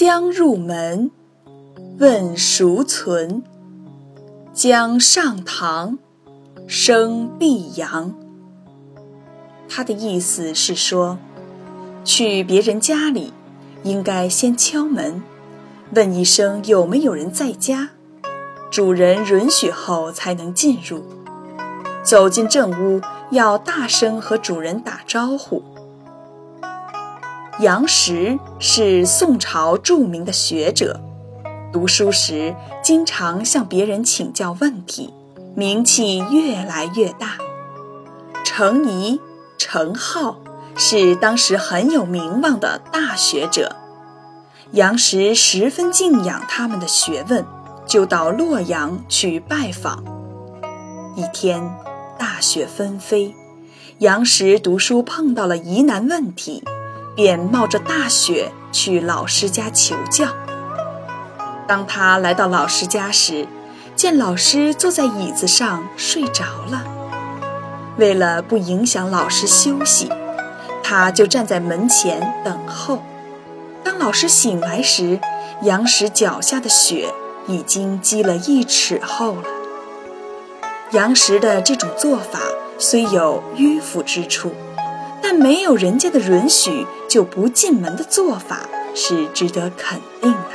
将入门，问孰存？将上堂，生必扬。他的意思是说，去别人家里，应该先敲门，问一声有没有人在家，主人允许后才能进入。走进正屋，要大声和主人打招呼。杨时是宋朝著名的学者，读书时经常向别人请教问题，名气越来越大。程颐、程颢是当时很有名望的大学者，杨时十分敬仰他们的学问，就到洛阳去拜访。一天，大雪纷飞，杨时读书碰到了疑难问题，便冒着大雪去老师家求教。当他来到老师家时，见老师坐在椅子上睡着了。为了不影响老师休息，他就站在门前等候。当老师醒来时，杨时脚下的雪已经积了1尺厚了。杨时的这种做法虽有迂腐之处，但没有人家的允许就不进门的做法是值得肯定的。